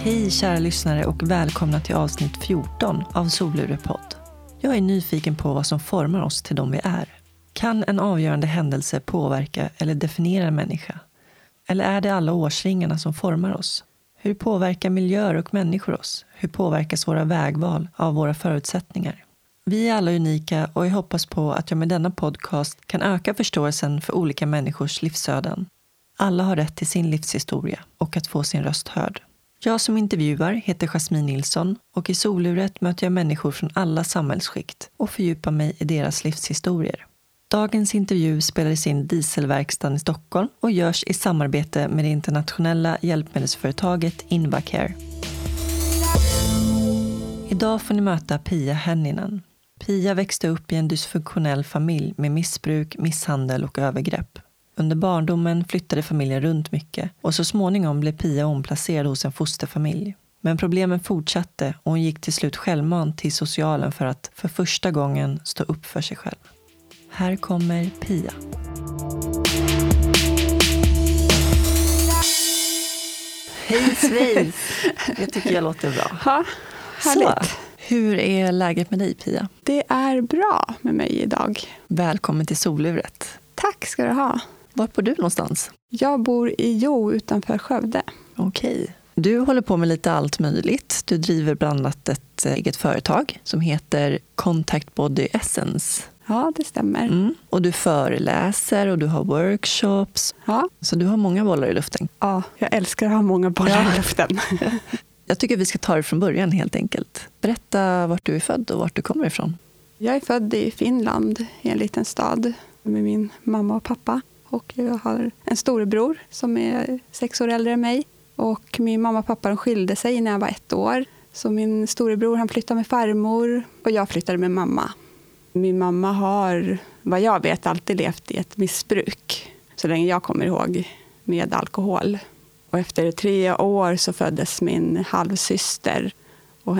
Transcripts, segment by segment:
Hej kära lyssnare och välkomna till avsnitt 14 av Sollurepodd. Jag är nyfiken på vad som formar oss till de vi är. Kan en avgörande händelse påverka eller definiera en människa? Eller är det alla årsringarna som formar oss? Hur påverkar miljöer och människor oss? Hur påverkas våra vägval av våra förutsättningar? Vi är alla unika och jag hoppas på att jag med denna podcast kan öka förståelsen för olika människors livsöden. Alla har rätt till sin livshistoria och att få sin röst hörd. Jag som intervjuar heter Jasmine Nilsson och i Solluret möter jag människor från alla samhällsskikt och fördjupar mig i deras livshistorier. Dagens intervju spelades in Dieselverkstan i Stockholm och görs i samarbete med det internationella hjälpmedelsföretaget Invacare. Idag får ni möta Pia Hänninen. Pia växte upp i en dysfunktionell familj med missbruk, misshandel och övergrepp. Under barndomen flyttade familjen runt mycket och så småningom blev Pia omplacerad hos en fosterfamilj. Men problemen fortsatte och hon gick till slut självmant till socialen för att för första gången stå upp för sig själv. Här kommer Pia. Hej Svejs! Jag tycker jag låter bra. Ja, härligt. Så, hur är läget med dig Pia? Det är bra med mig idag. Välkommen till Solluret. Tack ska du ha. Var bor du någonstans? Jag bor i Jo utanför Skövde. Okej. Du håller på med lite allt möjligt. Du driver bland annat ett eget företag som heter Contact Body Essence. Ja, det stämmer. Och du föreläser och du har workshops. Ja. Så du har många bollar i luften. Ja, jag älskar att ha många bollar i luften. Jag tycker vi ska ta det från början helt enkelt. Berätta vart du är född och vart du kommer ifrån. Jag är född i Finland, i en liten stad med min mamma och pappa. Och jag har en storebror som är 6 år äldre än mig. Och min mamma och pappa skilde sig när jag var 1 år. Så min storebror han flyttade med farmor och jag flyttade med mamma. Min mamma har, vad jag vet, alltid levt i ett missbruk. Så länge jag kommer ihåg, med alkohol. Och efter 3 år så föddes min halvsyster. Och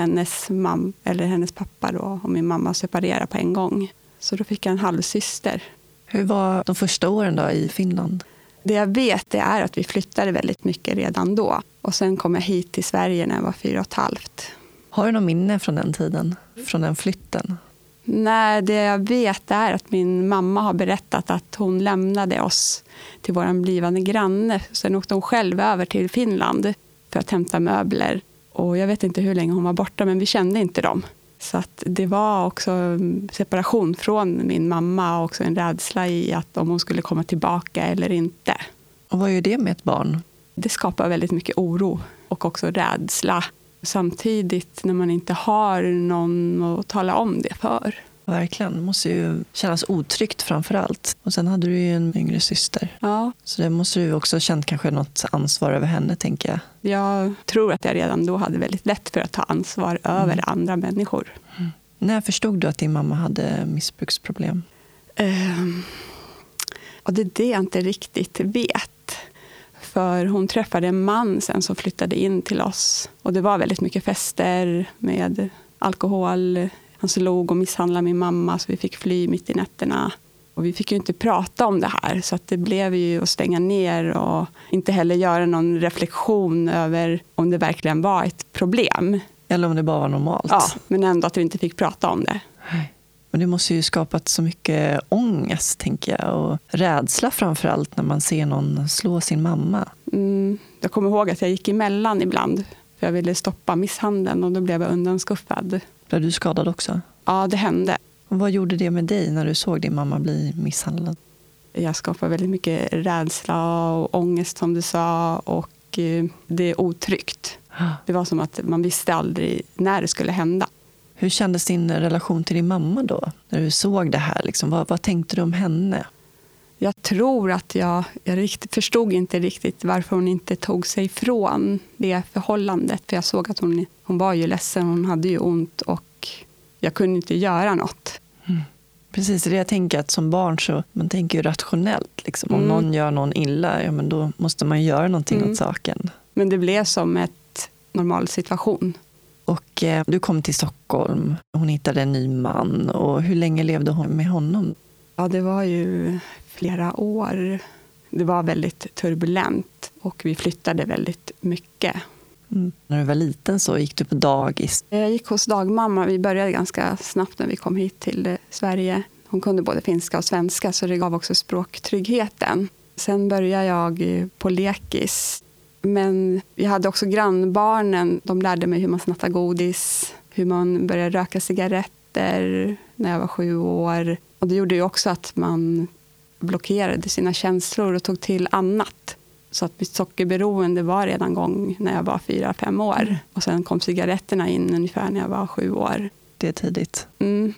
hennes pappa då, och min mamma separerade på en gång. Så då fick jag en halvsyster. Hur var de första åren då i Finland? Det jag vet det är att vi flyttade väldigt mycket redan då. Och sen kom jag hit till Sverige när jag var 4,5. Har du någon minne från den tiden? Från den flytten? Nej, det jag vet är att min mamma har berättat att hon lämnade oss till vår blivande granne. Sen åkte hon själv över till Finland för att hämta möbler. Och jag vet inte hur länge hon var borta, men vi kände inte dem. Så att det var också separation från min mamma och också en rädsla i att om hon skulle komma tillbaka eller inte. Och vad är det med ett barn? Det skapar väldigt mycket oro och också rädsla. Samtidigt när man inte har någon att tala om det för. Verkligen, det måste ju kännas otryggt framför allt. Och sen hade du ju en yngre syster. Ja. Så det måste du också känt kanske något ansvar över henne, tänker jag. Jag tror att jag redan då hade väldigt lätt för att ta ansvar över andra människor. När förstod du att din mamma hade missbruksproblem? Och det är det jag inte riktigt vet. För hon träffade en man sen som flyttade in till oss. Och det var väldigt mycket fester med alkohol. Han slog och misshandlade min mamma så vi fick fly mitt i nätterna. Och vi fick ju inte prata om det här så att det blev ju att stänga ner och inte heller göra någon reflektion över om det verkligen var ett problem. Eller om det bara var normalt. Ja, men ändå att vi inte fick prata om det. Men det måste ju skapat så mycket ångest, tänker jag. Och rädsla framförallt när man ser någon slå sin mamma. Jag kommer ihåg att jag gick emellan ibland. För jag ville stoppa misshandeln och då blev jag undanskuffad. Blev du skadad också? Ja, det hände. Och vad gjorde det med dig när du såg din mamma bli misshandlad? Jag skapade väldigt mycket rädsla och ångest som du sa. Och det är otryggt. Det var som att man visste aldrig när det skulle hända. Hur kändes din relation till din mamma då? När du såg det här, liksom, vad tänkte du om henne? Jag tror att jag förstod inte riktigt varför hon inte tog sig ifrån det förhållandet. För jag såg att hon var ju ledsen, hon hade ju ont och jag kunde inte göra något. Precis, det jag tänker att som barn så man tänker ju rationellt. Liksom. Om någon gör någon illa, ja, men då måste man göra någonting åt saken. Men det blev som ett normal situation. Och du kom till Stockholm, hon hittade en ny man. Och hur länge levde hon med honom? Ja, det var ju flera år. Det var väldigt turbulent och vi flyttade väldigt mycket. När du var liten så gick du på dagis? Jag gick hos dagmamma. Vi började ganska snabbt när vi kom hit till Sverige. Hon kunde både finska och svenska så det gav också språktryggheten. Sen började jag på lekis. Men vi hade också grannbarnen. De lärde mig hur man snattar godis, hur man började röka cigaretter när jag var 7 år. Och det gjorde ju också att man blockerade sina känslor och tog till annat. Så att mitt sockerberoende var redan igång när jag var 4-5 år. Och sen kom cigaretterna in ungefär när jag var 7 år. Det är tidigt.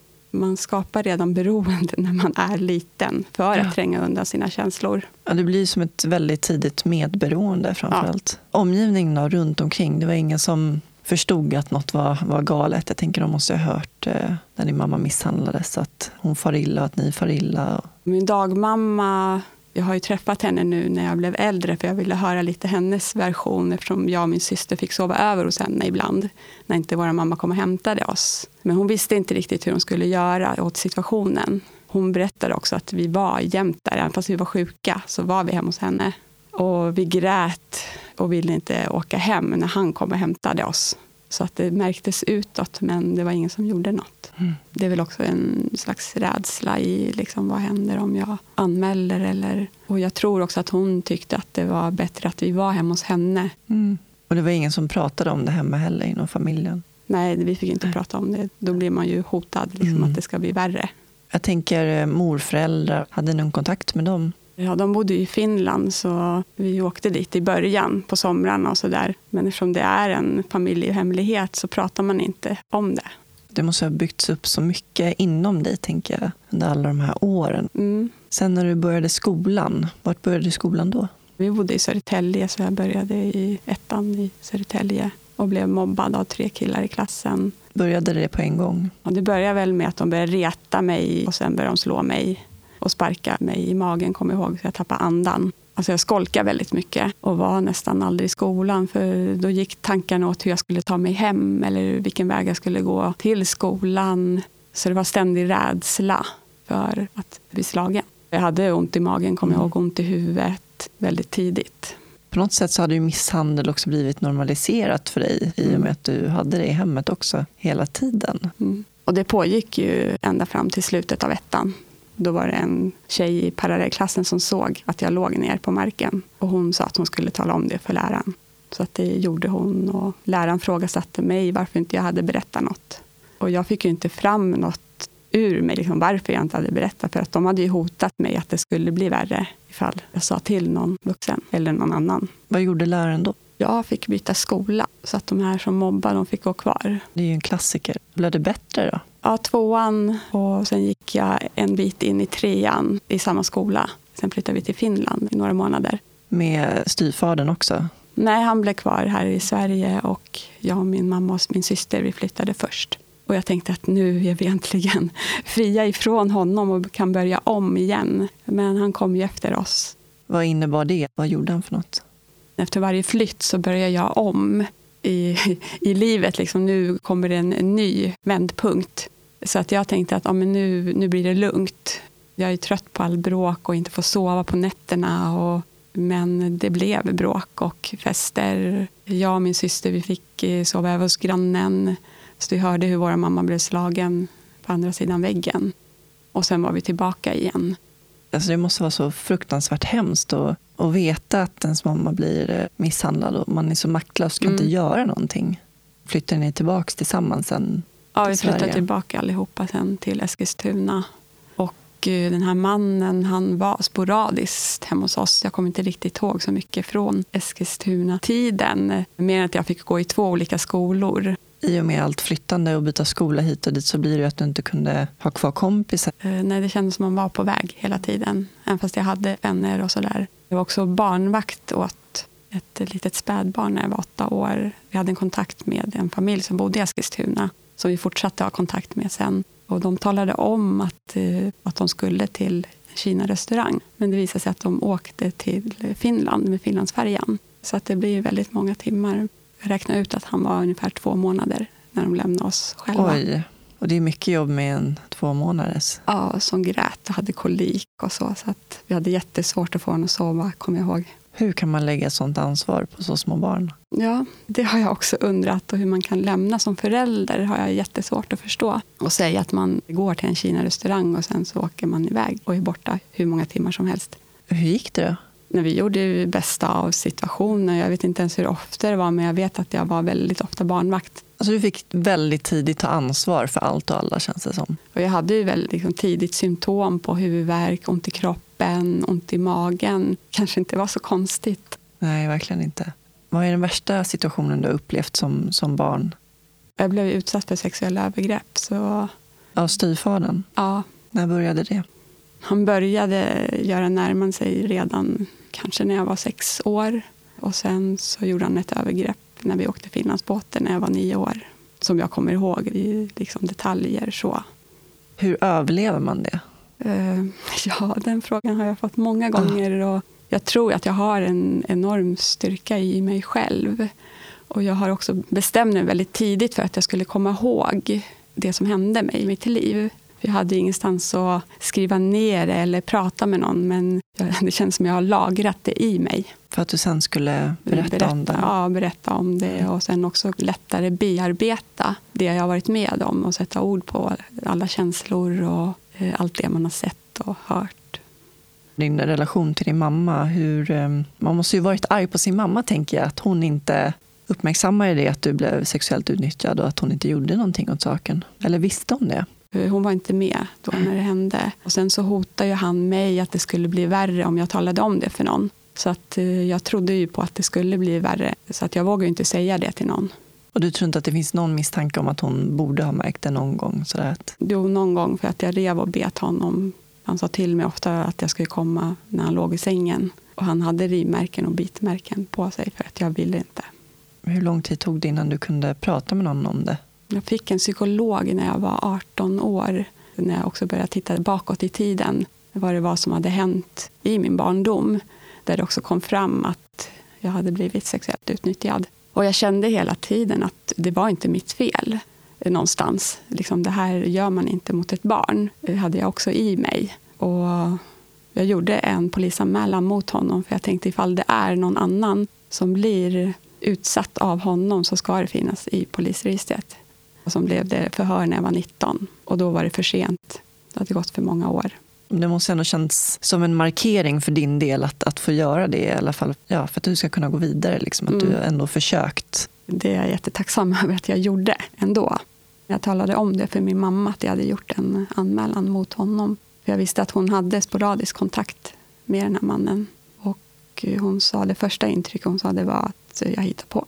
Man skapar redan beroende när man är liten för att tränga undan sina känslor. Ja, det blir som ett väldigt tidigt medberoende framförallt. Ja. Omgivningen runt omkring, det var ingen som förstod att något var galet. Jag tänker de måste ha hört när din mamma misshandlades att hon far illa och att ni far illa. Min dagmamma, jag har ju träffat henne nu när jag blev äldre för jag ville höra lite hennes version eftersom jag och min syster fick sova över hos henne ibland när inte våra mamma kom och hämtade oss. Men hon visste inte riktigt hur hon skulle göra åt situationen. Hon berättade också att vi var jämt där, även fast vi var sjuka så var vi hemma hos henne. Och vi grät och ville inte åka hem när han kom och hämtade oss. Så att det märktes utåt men det var ingen som gjorde något. Det är väl också en slags rädsla i liksom, vad händer om jag anmäler eller... Och jag tror också att hon tyckte att det var bättre att vi var hemma hos henne. Och det var ingen som pratade om det hemma heller inom familjen? Nej, vi fick inte prata om det. Då blir man ju hotad liksom, att det ska bli värre. Jag tänker morföräldrar, hade någon kontakt med dem? Ja, de bodde i Finland så vi åkte dit i början på somrarna och sådär. Men eftersom det är en familjehemlighet så pratar man inte om det. Det måste ha byggts upp så mycket inom dig, tänker jag, under alla de här åren. Sen när du började skolan, vart började du skolan då? Vi bodde i Södertälje så jag började i 1:an i Södertälje och blev mobbad av 3 killar i klassen. Började det på en gång? Och det började väl med att de började reta mig och sen började de slå mig. Och sparka mig i magen, kommer jag ihåg, så jag tappade andan. Alltså jag skolkade väldigt mycket och var nästan aldrig i skolan. För då gick tankarna åt hur jag skulle ta mig hem eller vilken väg jag skulle gå till skolan. Så det var ständig rädsla för att bli slagen. Jag hade ont i magen, kommer jag ihåg, ont i huvudet väldigt tidigt. På något sätt så hade ju misshandel också blivit normaliserat för dig i och med att du hade det i hemmet också hela tiden. Och det pågick ju ända fram till slutet av 1:an. Då var det en tjej i parallellklassen som såg att jag låg ner på marken. Och hon sa att hon skulle tala om det för läraren. Så att det gjorde hon. Och läraren frågasatte mig varför inte jag hade berättat något. Och jag fick ju inte fram något ur mig. Liksom varför jag inte hade berättat. För att de hade ju hotat mig att det skulle bli värre ifall jag sa till någon vuxen eller någon annan. Vad gjorde läraren då? Jag fick byta skola. Så att de här som mobbade, de fick gå kvar. Det är ju en klassiker. Blev det bättre då? Ja, 2:an och sen gick jag en bit in i 3:an i samma skola. Sen flyttade vi till Finland i några månader. Med styvfadern också? Nej, han blev kvar här i Sverige och jag och min mamma och min syster, vi flyttade först. Och jag tänkte att nu är vi äntligen fria ifrån honom och kan börja om igen. Men han kom ju efter oss. Vad innebar det? Vad gjorde han för något? Efter varje flytt så börjar jag om i livet. Liksom, nu kommer det en ny vändpunkt. Så att jag tänkte att men nu blir det lugnt. Jag är trött på all bråk och inte få sova på nätterna. Men det blev bråk och fester. Jag och min syster vi fick sova över hos grannen. Så vi hörde hur vår mamma blev slagen på andra sidan väggen. Och sen var vi tillbaka igen. Alltså det måste vara så fruktansvärt hemskt att veta att ens mamma blir misshandlad och man är så maktlös och kan inte göra någonting. Flyttar ni tillbaka tillsammans sen? Ja, vi flyttade tillbaka allihopa sen till Eskilstuna. Och den här mannen, han var sporadiskt hemma hos oss. Jag kommer inte riktigt ihåg så mycket från Eskilstuna-tiden. Mer än att jag fick gå i 2 olika skolor. I och med allt flyttande och byta skola hit och dit så blir det att du inte kunde ha kvar kompisar. Nej, det kändes som man var på väg hela tiden. Även fast jag hade vänner och sådär. Jag var också barnvakt åt ett litet spädbarn när jag var 8 år. Vi hade en kontakt med en familj som bodde i Eskilstuna. Som vi fortsatte ha kontakt med sen. Och de talade om att de skulle till Kina-restaurang. Men det visade sig att de åkte till Finland med Finlandsfärjan. Så att det blir väldigt många timmar. Jag räknade ut att han var ungefär 2 månader när de lämnade oss själva. Oj, och det är mycket jobb med en 2 månaders. Ja, som grät och hade kolik och så. Så att vi hade jättesvårt att få honom att sova, kommer jag ihåg. Hur kan man lägga sånt ansvar på så små barn? Ja, det har jag också undrat. Och hur man kan lämna som förälder har jag jättesvårt att förstå. Och säga att man går till en Kina-restaurang och sen så åker man iväg och är borta hur många timmar som helst. Hur gick det då? När vi gjorde det bästa av situationen. Jag vet inte ens hur ofta det var, men jag vet att jag var väldigt ofta barnvakt. Alltså du fick väldigt tidigt ta ansvar för allt och alla, känns det som. Och jag hade ju väldigt tidigt symptom på huvudvärk, ont i kroppen, ont i magen. Kanske inte var så konstigt. Nej, verkligen inte. Vad är den värsta situationen du har upplevt som barn? Jag blev utsatt för sexuella övergrepp. Så... Av styvfadern? Ja. När började det? Han började göra närman sig redan kanske när jag var 6 år. Och sen så gjorde han ett övergrepp när vi åkte Finlandsbåten när jag var 9 år. Som jag kommer ihåg i liksom detaljer så. Hur överlever man det? Ja, den frågan har jag fått många gånger. Och jag tror att jag har en enorm styrka i mig själv. Och jag har också bestämt mig väldigt tidigt för att jag skulle komma ihåg det som hände mig i mitt liv. Jag hade ingenstans att skriva ner eller prata med någon, men det känns som jag har lagrat det i mig. För att du sen skulle berätta om det? Ja, berätta om det och sen också lättare bearbeta det jag har varit med om och sätta ord på alla känslor och allt det man har sett och hört. Din relation till din mamma, man måste ju varit arg på sin mamma, tänker jag, att hon inte uppmärksammade det att du blev sexuellt utnyttjad och att hon inte gjorde någonting åt saken. Eller visste hon det? Hon var inte med då när det hände. Och sen så hotade ju han mig att det skulle bli värre om jag talade om det för någon. Så att jag trodde ju på att det skulle bli värre. Så att jag vågade inte säga det till någon. Och du tror inte att det finns någon misstanke om att hon borde ha märkt det någon gång? Sådär att... Jo, någon gång, för att jag rev och bet honom. Han sa till mig ofta att jag skulle komma när han låg i sängen. Och han hade rivmärken och bitmärken på sig för att jag ville inte. Hur lång tid tog det innan du kunde prata med någon om det? Jag fick en psykolog när jag var 18 år. När jag också började titta bakåt i tiden. Vad det var som hade hänt i min barndom. Där det också kom fram att jag hade blivit sexuellt utnyttjad. Och jag kände hela tiden att det var inte mitt fel någonstans. Liksom, det här gör man inte mot ett barn. Det hade jag också i mig. Och jag gjorde en polisanmälan mot honom. För jag tänkte ifall det är någon annan som blir utsatt av honom så ska det finnas i polisregistret. Och som blev det förhör när jag var 19. Och då var det för sent. Det hade gått för många år. Det måste ändå känns som en markering för din del att få göra det i alla fall. Ja, för att du ska kunna gå vidare. Liksom, att du ändå försökt. Det är jag jättetacksam över att jag gjorde ändå. Jag talade om det för min mamma att jag hade gjort en anmälan mot honom. För jag visste att hon hade sporadisk kontakt med den här mannen. Och hon sa, det första intrycket hon sa det var att jag hittar på.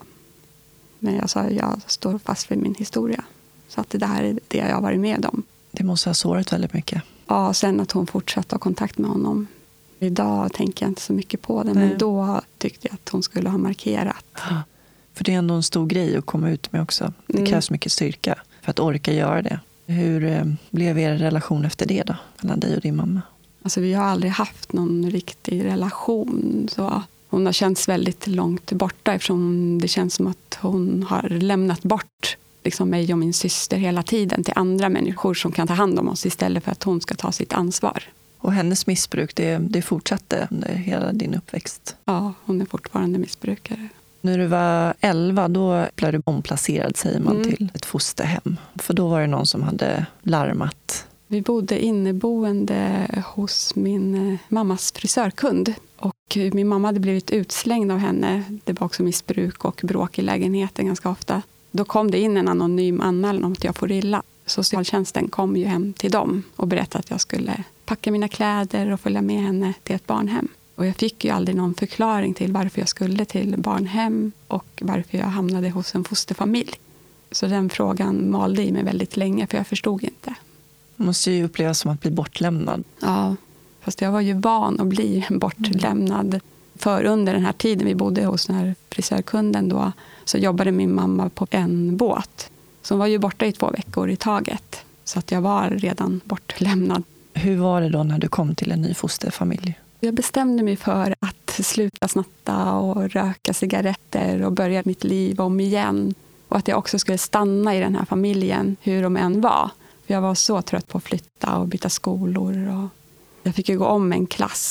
Men jag sa, jag står fast vid min historia. Så att det här är det jag har varit med om. Det måste ha sårat väldigt mycket. Ja, sen att hon fortsatte ha kontakt med honom. Idag tänker jag inte så mycket på det. Men då tyckte jag att hon skulle ha markerat. Ja, för det är ändå en stor grej att komma ut med också. Det krävs mycket styrka för att orka göra det. Hur blev er relation efter det då? Mellan dig och din mamma? Alltså vi har aldrig haft någon riktig relation. Så hon har känts väldigt långt borta eftersom det känns som att hon har lämnat bort liksom mig och min syster hela tiden till andra människor som kan ta hand om oss istället för att hon ska ta sitt ansvar. Och hennes missbruk, det fortsatte under hela din uppväxt? Ja, hon är fortfarande missbrukare. När du var 11, då blev du omplacerad, säger man, till ett fosterhem. För då var det någon som hade larmat. Vi bodde inneboende hos min mammas frisörkund. Och min mamma hade blivit utslängd av henne. Det var också missbruk och bråk i lägenheten ganska ofta. Då kom det in en anonym anmälan om att jag får illa. Socialtjänsten kom ju hem till dem och berättade att jag skulle packa mina kläder och följa med henne till ett barnhem. Och jag fick ju aldrig någon förklaring till varför jag skulle till barnhem och varför jag hamnade hos en fosterfamilj. Så den frågan malde i mig väldigt länge för jag förstod inte. Det måste ju upplevas som att bli bortlämnad. Ja, fast jag var ju van att bli bortlämnad. För under den här tiden vi bodde hos den här frisörkunden då så jobbade min mamma på en båt. Så hon var ju borta i 2 veckor i taget. Så att jag var redan bortlämnad. Hur var det då när du kom till en ny fosterfamilj? Jag bestämde mig för att sluta snatta och röka cigaretter och börja mitt liv om igen. Och att jag också skulle stanna i den här familjen hur de än var. För jag var så trött på att flytta och byta skolor. Och jag fick ju gå om en klass.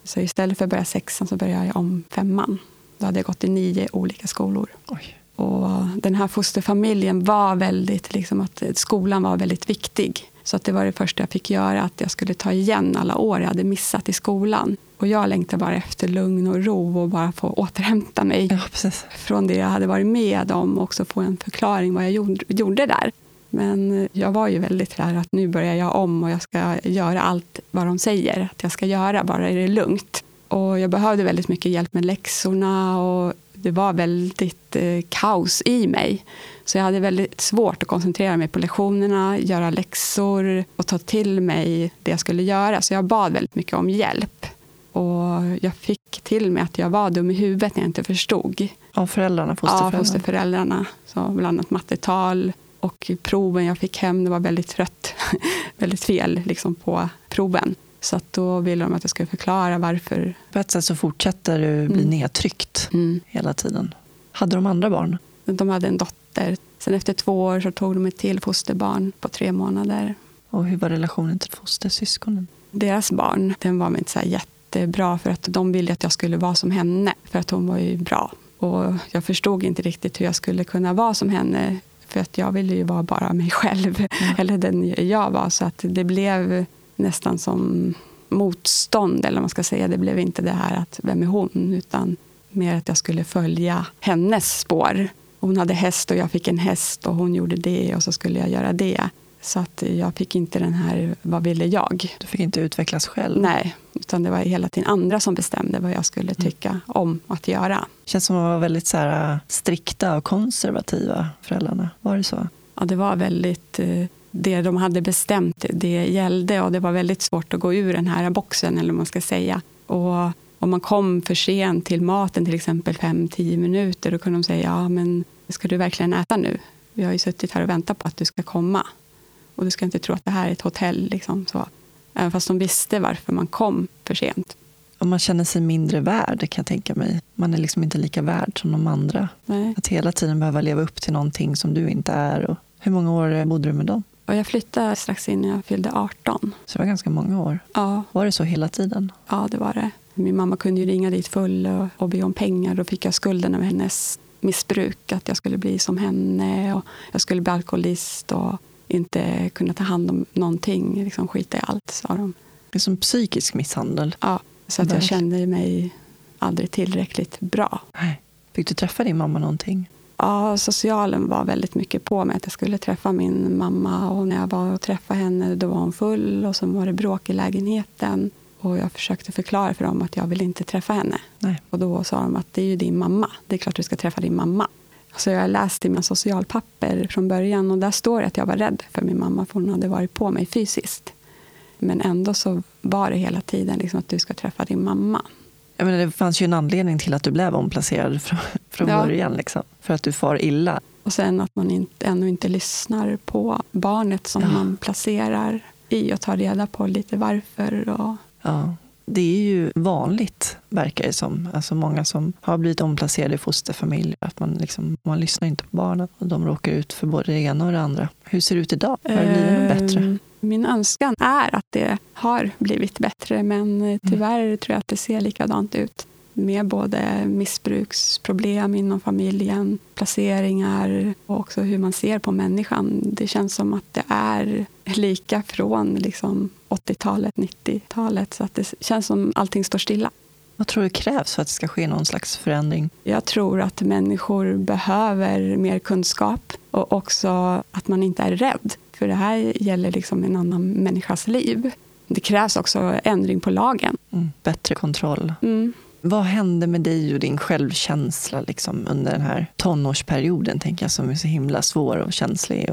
Så istället för att börja 6:an så började jag om 5:an. Då hade jag gått i 9 olika skolor. Oj. Och den här fosterfamiljen var väldigt, liksom att skolan var väldigt viktig. Så att det var det första jag fick göra, att jag skulle ta igen alla år jag hade missat i skolan. Och jag längtade bara efter lugn och ro och bara få återhämta mig från det jag hade varit med om och också få en förklaring vad jag gjorde där. Men jag var ju väldigt där att nu börjar jag om och jag ska göra allt vad de säger att jag ska göra, bara är det lugnt. Och jag behövde väldigt mycket hjälp med läxorna och det var väldigt kaos i mig. Så jag hade väldigt svårt att koncentrera mig på lektionerna, göra läxor och ta till mig det jag skulle göra. Så jag bad väldigt mycket om hjälp. Och jag fick till mig att jag var dum i huvudet när jag inte förstod. Av föräldrarna? Fosterföräldrarna? Ja, fosterföräldrarna. Så bland annat mattetal och proven jag fick hem, det var väldigt trött. väldigt fel liksom, på proven. Så att då ville de att jag skulle förklara varför. På ett sätt så fortsätter du bli nedtryckt hela tiden. Hade de andra barn? De hade en dotter. Sen efter 2 år så tog de ett till fosterbarn på 3 månader. Och hur var relationen till fostersyskonen? Deras barn, den var inte så här jättebra för att de ville att jag skulle vara som henne. För att hon var ju bra. Och jag förstod inte riktigt hur jag skulle kunna vara som henne. För att jag ville ju vara bara mig själv. Eller den jag var. Så att det blev nästan som motstånd, eller vad man ska säga. Det blev inte det här att vem är hon, utan mer att jag skulle följa hennes spår. Hon hade häst och jag fick en häst och hon gjorde det och så skulle jag göra det. Så att jag fick inte den här, vad ville jag? Du fick inte utvecklas själv? Nej, utan det var hela tiden andra som bestämde vad jag skulle tycka om att göra. Det känns som att de var väldigt så här, strikta och konservativa, föräldrarna. Var det så? Ja, det var väldigt... Det de hade bestämt, det gällde och det var väldigt svårt att gå ur den här boxen, eller vad man ska säga. Och om man kom för sent till maten, till exempel 5-10 minuter, då kunde de säga, ja men ska du verkligen äta nu? Vi har ju suttit här och väntat på att du ska komma. Och du ska inte tro att det här är ett hotell. Liksom, så. Även fast de visste varför man kom för sent. Och man känner sig mindre värd, kan jag tänka mig. Man är liksom inte lika värd som de andra. Nej. Att hela tiden behöva leva upp till någonting som du inte är. Och hur många år bodde du med dem? Och jag flyttade strax innan jag fyllde 18. Så det var ganska många år. Ja. Var det så hela tiden? Ja, det var det. Min mamma kunde ju ringa dit full och be om pengar. Då fick jag skulden av hennes missbruk. Att jag skulle bli som henne och jag skulle bli alkoholist och inte kunna ta hand om någonting. Liksom skita i allt, sa de. Det är som psykisk misshandel. Ja, så att jag kände mig aldrig tillräckligt bra. Nej. Fick du träffa din mamma någonting? Ja, socialen var väldigt mycket på mig att jag skulle träffa min mamma. Och när jag var och träffade henne, då var hon full och så var det bråk i lägenheten. Och jag försökte förklara för dem att jag ville inte träffa henne. Nej. Och då sa de att det är ju din mamma. Det är klart du ska träffa din mamma. Så jag läste mina socialpapper från början och där står det att jag var rädd för min mamma för hon hade varit på mig fysiskt. Men ändå så var det hela tiden liksom att du ska träffa din mamma. Jag menar, det fanns ju en anledning till att du blev omplacerad från början. Liksom, för att du far illa. Och sen att man ännu inte lyssnar på barnet som man placerar i och tar reda på lite varför. Och... Ja, det är ju vanligt, verkar det som. Alltså många som har blivit omplacerade i fosterfamiljer. Att man lyssnar inte på barnen och de råkar ut för både det ena och det andra. Hur ser det ut idag? Har det blivit något bättre? Min önskan är att det har blivit bättre, men tyvärr tror jag att det ser likadant ut. Med både missbruksproblem inom familjen, placeringar och också hur man ser på människan. Det känns som att det är lika från liksom 80-talet, 90-talet. Så att det känns som allting står stilla. Vad tror du krävs för att det ska ske någon slags förändring? Jag tror att människor behöver mer kunskap och också att man inte är rädd. För det här gäller liksom en annan människas liv. Det krävs också ändring på lagen. Bättre kontroll. Vad hände med dig och din självkänsla liksom, under den här tonårsperioden, tänker jag, som är så himla svår och känslig?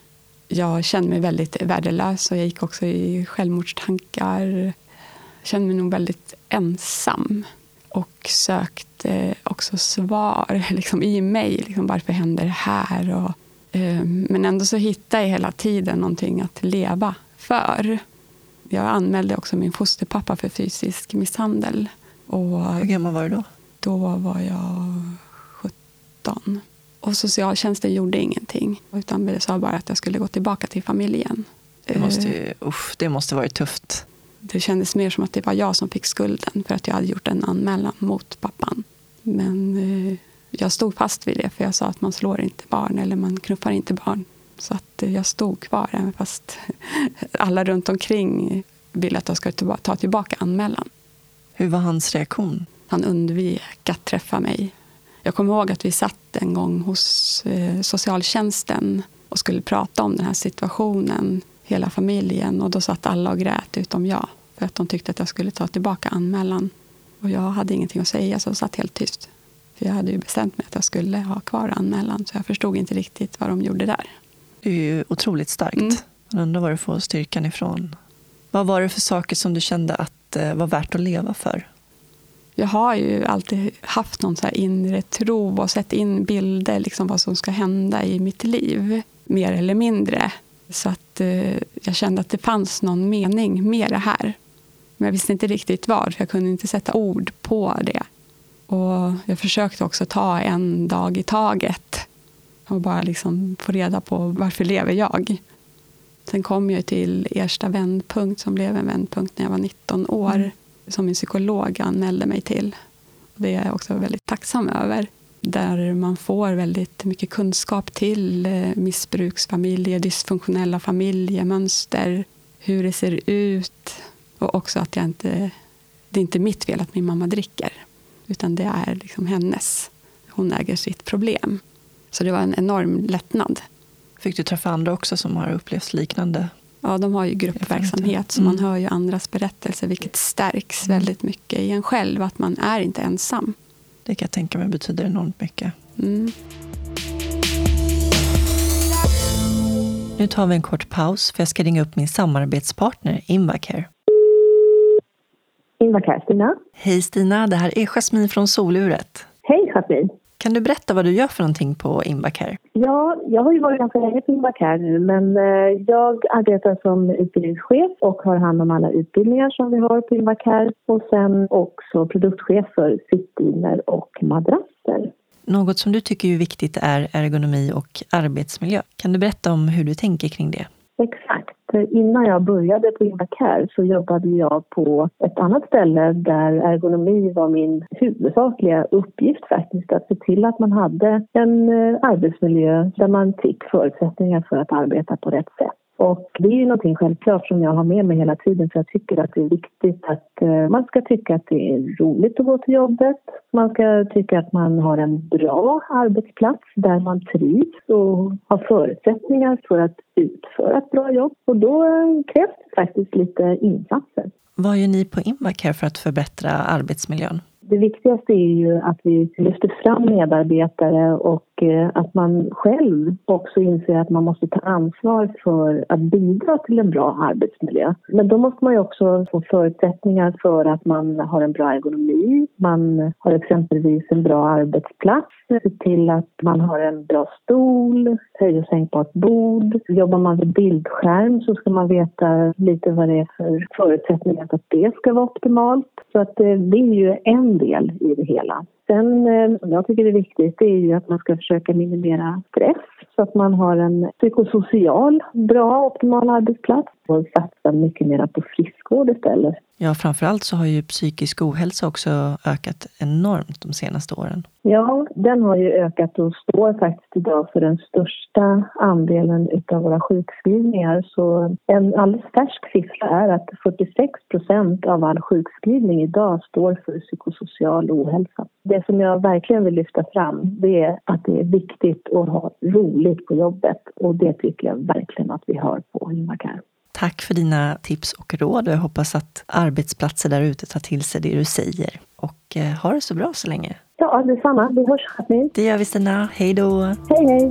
Jag kände mig väldigt värdelös och jag gick också i självmordstankar. Jag kände mig nog väldigt ensam och sökte också svar liksom, i mig. Liksom, varför händer det här? Men ändå så hittade jag hela tiden någonting att leva för. Jag anmälde också min fosterpappa för fysisk misshandel. Och hur gammal var du då? Då var jag 17. Och socialtjänsten gjorde ingenting. Utan det sa bara att jag skulle gå tillbaka till familjen. Det måste varit tufft. Det kändes mer som att det var jag som fick skulden för att jag hade gjort en anmälan mot pappan. Men jag stod fast vid det, för jag sa att man slår inte barn eller man knuffar inte barn. Så att jag stod kvar, även fast alla runt omkring ville att jag skulle ta tillbaka anmälan. Hur var hans reaktion? Han undvek att träffa mig. Jag kommer ihåg att vi satt en gång hos socialtjänsten och skulle prata om den här situationen, hela familjen. Och då satt alla och grät utom jag, för att de tyckte att jag skulle ta tillbaka anmälan. Och jag hade ingenting att säga, så jag satt helt tyst. För jag hade ju bestämt mig att jag skulle ha kvar anmälan, så jag förstod inte riktigt vad de gjorde där. Det är ju otroligt starkt. Man undrar var du får styrkan ifrån. Vad var det för saker som du kände att var värt att leva för? Jag har ju alltid haft någon så här inre tro och sett in bilder, liksom vad som ska hända i mitt liv, mer eller mindre. Så att jag kände att det fanns någon mening med det här. Men jag visste inte riktigt vad, för jag kunde inte sätta ord på det. Och jag försökte också ta en dag i taget och bara liksom få reda på varför lever jag. Sen kom jag till Ersta vändpunkt, som blev en vändpunkt när jag var 19 år. Som en psykolog anmälde mig till. Det är jag också väldigt tacksam över. Där man får väldigt mycket kunskap till missbruksfamiljer, dysfunktionella familjemönster, hur det ser ut. Och också att det är inte mitt fel att min mamma dricker. Utan det är liksom hennes. Hon äger sitt problem. Så det var en enorm lättnad. Fick du träffa andra också som har upplevt liknande? Ja, de har ju gruppverksamhet, så man hör ju andras berättelser, vilket stärks väldigt mycket i en själv, att man är inte ensam. Det kan jag tänka mig betyder enormt mycket. Nu tar vi en kort paus, för jag ska ringa upp min samarbetspartner Invacare. Invacare, Stina. Hej Stina, det här är Jasmin från Soluret. Hej Jasmin. Kan du berätta vad du gör för någonting på Invacare? Ja, jag har ju varit ganska länge på Invacare nu, men jag arbetar som utbildningschef och har hand om alla utbildningar som vi har på Invacare. Och sen också produktchef för sittdyner och madrasser. Något som du tycker är viktigt är ergonomi och arbetsmiljö. Kan du berätta om hur du tänker kring det? Exakt. Innan jag började på Invacare så jobbade jag på ett annat ställe där ergonomi var min huvudsakliga uppgift faktiskt. Att se till att man hade en arbetsmiljö där man fick förutsättningar för att arbeta på rätt sätt. Och det är ju någonting självklart som jag har med mig hela tiden, för jag tycker att det är viktigt att man ska tycka att det är roligt att gå till jobbet. Man ska tycka att man har en bra arbetsplats där man trivs och har förutsättningar för att utföra ett bra jobb. Och då krävs det faktiskt lite insatser. Vad gör ni på Invacare för att förbättra arbetsmiljön? Det viktigaste är ju att vi lyfter fram medarbetare och att man själv också inser att man måste ta ansvar för att bidra till en bra arbetsmiljö. Men då måste man ju också få förutsättningar för att man har en bra ergonomi. Man har exempelvis en bra arbetsplats. Se till att man har en bra stol, höj- och sänkbart bord. Jobbar man vid bildskärm så ska man veta lite vad det är för förutsättningar för att det ska vara optimalt. Så att det är ju en del i det hela. Sen som jag tycker är viktigt, det är ju att man ska försöka minimera stress så att man har en psykosocial, bra, optimal arbetsplats och satsa mycket mer på friskvård istället. Ja, framförallt så har ju psykisk ohälsa också ökat enormt de senaste åren. Ja, den har ju ökat och står faktiskt idag för den största andelen utav våra sjukskrivningar. Så en alldeles färsk siffra är att 46% av all sjukskrivning idag står för psykosocial ohälsa. Det som jag verkligen vill lyfta fram, det är att det är viktigt att ha roligt på jobbet. Och det tycker jag verkligen att vi har på Invacare. Tack för dina tips och råd. Jag hoppas att arbetsplatser där ute tar till sig det du säger. Och ha det så bra så länge. Ja, detsamma. Vi hörs. Det gör vi, Stina. Hej då. Hej, hej.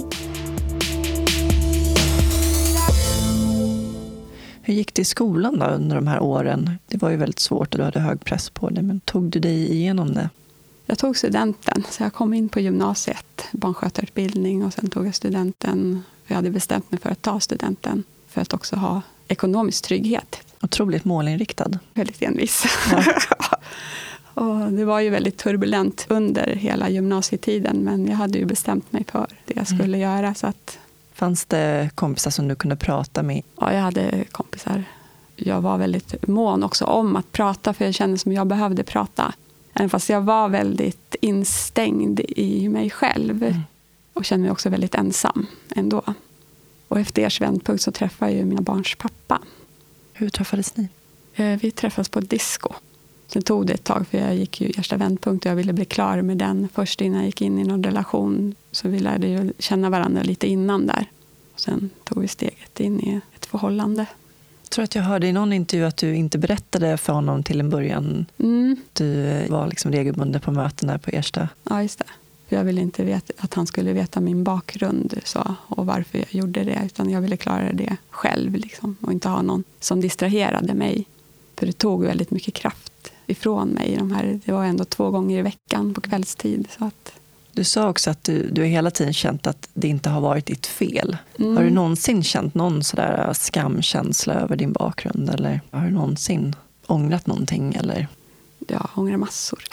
Hur gick det i skolan då under de här åren? Det var ju väldigt svårt och du hade hög press på dig. Men tog du dig igenom det? Jag tog studenten, så jag kom in på gymnasiet, barnskötarutbildning, och sen tog jag studenten. Jag hade bestämt mig för att ta studenten för att också ha ekonomisk trygghet. Otroligt målinriktad. Väldigt envis. Ja. Och det var ju väldigt turbulent under hela gymnasietiden, men jag hade ju bestämt mig för det jag skulle göra. Så att... Fanns det kompisar som du kunde prata med? Ja, jag hade kompisar jag var väldigt mån också om att prata, för jag kände som jag behövde prata. Även fast jag var väldigt instängd i mig själv och kände mig också väldigt ensam ändå. Och efter Ersta vändpunkt så träffade jag ju mina barns pappa. Hur träffades ni? Vi träffades på ett disco. Sen tog det ett tag, för jag gick ju i Ersta vändpunkt och jag ville bli klar med den först innan jag gick in i någon relation. Så vi lärde ju känna varandra lite innan där. Och sen tog vi steget in i ett förhållande. Jag tror att jag hörde i någon intervju att du inte berättade för honom till en början. Du var liksom regelbunden på möten där på Ersta. Ja, just det. För jag ville inte veta att han skulle veta min bakgrund så, och varför jag gjorde det. Utan jag ville klara det själv liksom, och inte ha någon som distraherade mig. För det tog väldigt mycket kraft ifrån mig. Det var ändå 2 gånger i veckan på kvällstid. Så att... Du sa också att du har hela tiden känt att det inte har varit ditt fel. Har du någonsin känt någon sådär skamkänsla över din bakgrund? Eller har du någonsin ångrat någonting? Eller? Jag ångrar massor.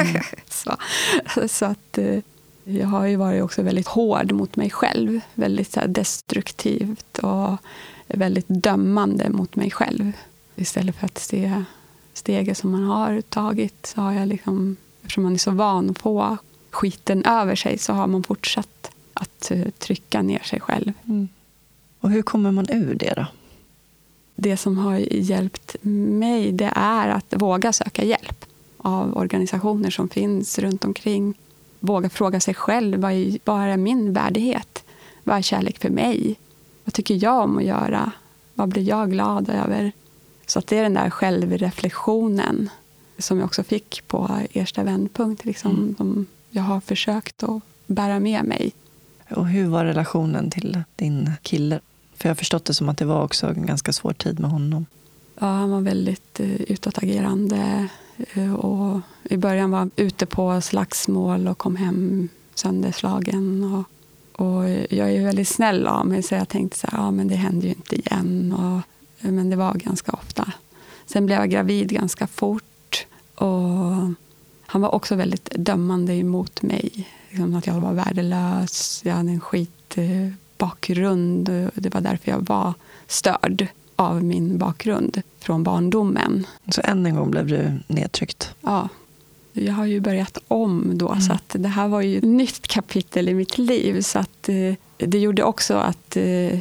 så att jag har ju varit också väldigt hård mot mig själv. Väldigt så här destruktivt och väldigt dömande mot mig själv. Istället för att se steget som man har tagit så har jag liksom, eftersom man är så van att få skiten över sig, så har man fortsatt att trycka ner sig själv. Och hur kommer man ur det då? Det som har hjälpt mig, det är att våga söka hjälp av organisationer som finns runt omkring. Våga fråga sig själv, vad är min värdighet? Vad är kärlek för mig? Vad tycker jag om att göra? Vad blir jag glad över? Så att det är den där självreflektionen som jag också fick på Ersta vändpunkt. Liksom, som jag har försökt att bära med mig. Och hur var relationen till din kille? För jag har förstått det som att det var också en ganska svår tid med honom. Ja, han var väldigt utåtagerande. Och i början var ute på slagsmål och kom hem sönderslagen. Och jag är ju väldigt snäll av mig, så jag tänkte så här, ja men det händer ju inte igen. Men det var ganska ofta. Sen blev jag gravid ganska fort. Och han var också väldigt dömande emot mig. Liksom att jag var värdelös. Jag hade en skitbakgrund. Det var därför jag var störd av min bakgrund från barndomen. Så än en gång blev du nedtryckt? Ja. Jag har ju börjat om då. Så att det här var ju ett nytt kapitel i mitt liv. Så att det gjorde också att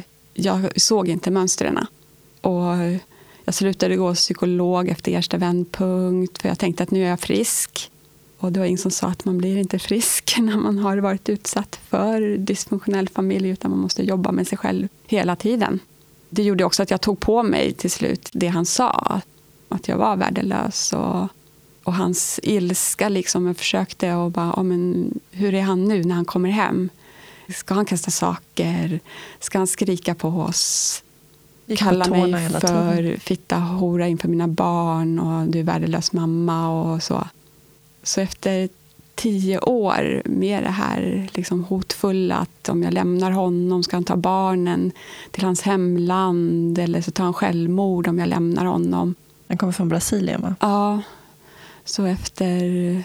jag såg inte mönstren. Och jag slutade gå psykolog efter Ersta vändpunkt. För jag tänkte att nu är jag frisk. Och det var ingen som sa att man blir inte frisk när man har varit utsatt för dysfunktionell familj. Utan man måste jobba med sig själv hela tiden. Det gjorde också att jag tog på mig till slut det han sa. Att jag var värdelös. Och hans ilska liksom. Jag försökte och bara, men hur är han nu när han kommer hem? Ska han kasta saker? Ska han skrika på oss? Kalla mig för fitta hora inför mina barn. Och du är värdelös mamma och så. Så efter 10 år med det här liksom hotfulla, att om jag lämnar honom ska han ta barnen till hans hemland, eller så tar han självmord om jag lämnar honom. Han kommer från Brasilien, va? Ja, så efter